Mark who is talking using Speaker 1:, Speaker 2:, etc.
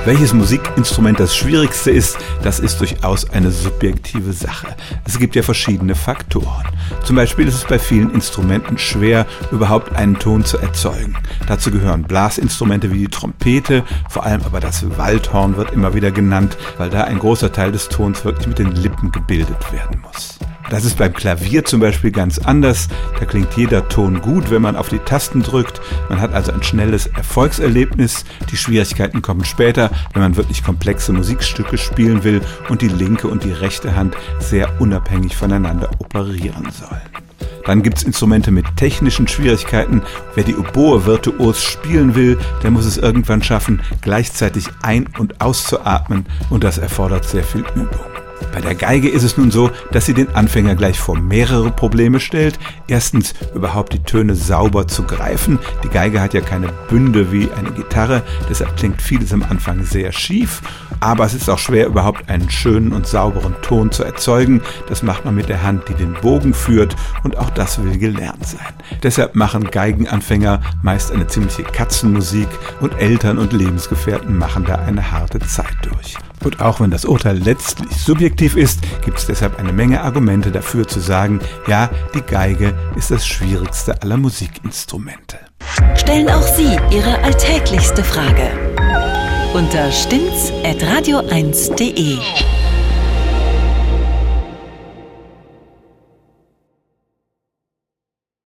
Speaker 1: Welches Musikinstrument das schwierigste ist, das ist durchaus eine subjektive Sache. Es gibt ja verschiedene Faktoren. Zum Beispiel ist es bei vielen Instrumenten schwer, überhaupt einen Ton zu erzeugen. Dazu gehören Blasinstrumente wie die Trompete, vor allem aber das Waldhorn wird immer wieder genannt, weil da ein großer Teil des Tons wirklich mit den Lippen gebildet werden muss. Das ist beim Klavier zum Beispiel ganz anders. Da klingt jeder Ton gut, wenn man auf die Tasten drückt. Man hat also ein schnelles Erfolgserlebnis. Die Schwierigkeiten kommen später, wenn man wirklich komplexe Musikstücke spielen will und die linke und die rechte Hand sehr unabhängig voneinander operieren sollen. Dann gibt's Instrumente mit technischen Schwierigkeiten. Wer die Oboe virtuos spielen will, der muss es irgendwann schaffen, gleichzeitig ein- und auszuatmen, und das erfordert sehr viel Übung. Bei der Geige ist es nun so, dass sie den Anfänger gleich vor mehrere Probleme stellt. Erstens, überhaupt die Töne sauber zu greifen. Die Geige hat ja keine Bünde wie eine Gitarre, deshalb klingt vieles am Anfang sehr schief. Aber es ist auch schwer, überhaupt einen schönen und sauberen Ton zu erzeugen. Das macht man mit der Hand, die den Bogen führt, und auch das will gelernt sein. Deshalb machen Geigenanfänger meist eine ziemliche Katzenmusik und Eltern und Lebensgefährten machen da eine harte Zeit durch. Und auch wenn das Urteil letztlich subjektiv ist, gibt es deshalb eine Menge Argumente dafür zu sagen, ja, die Geige ist das schwierigste aller Musikinstrumente.
Speaker 2: Stellen auch Sie Ihre alltäglichste Frage unter stimmtz@radio1.de.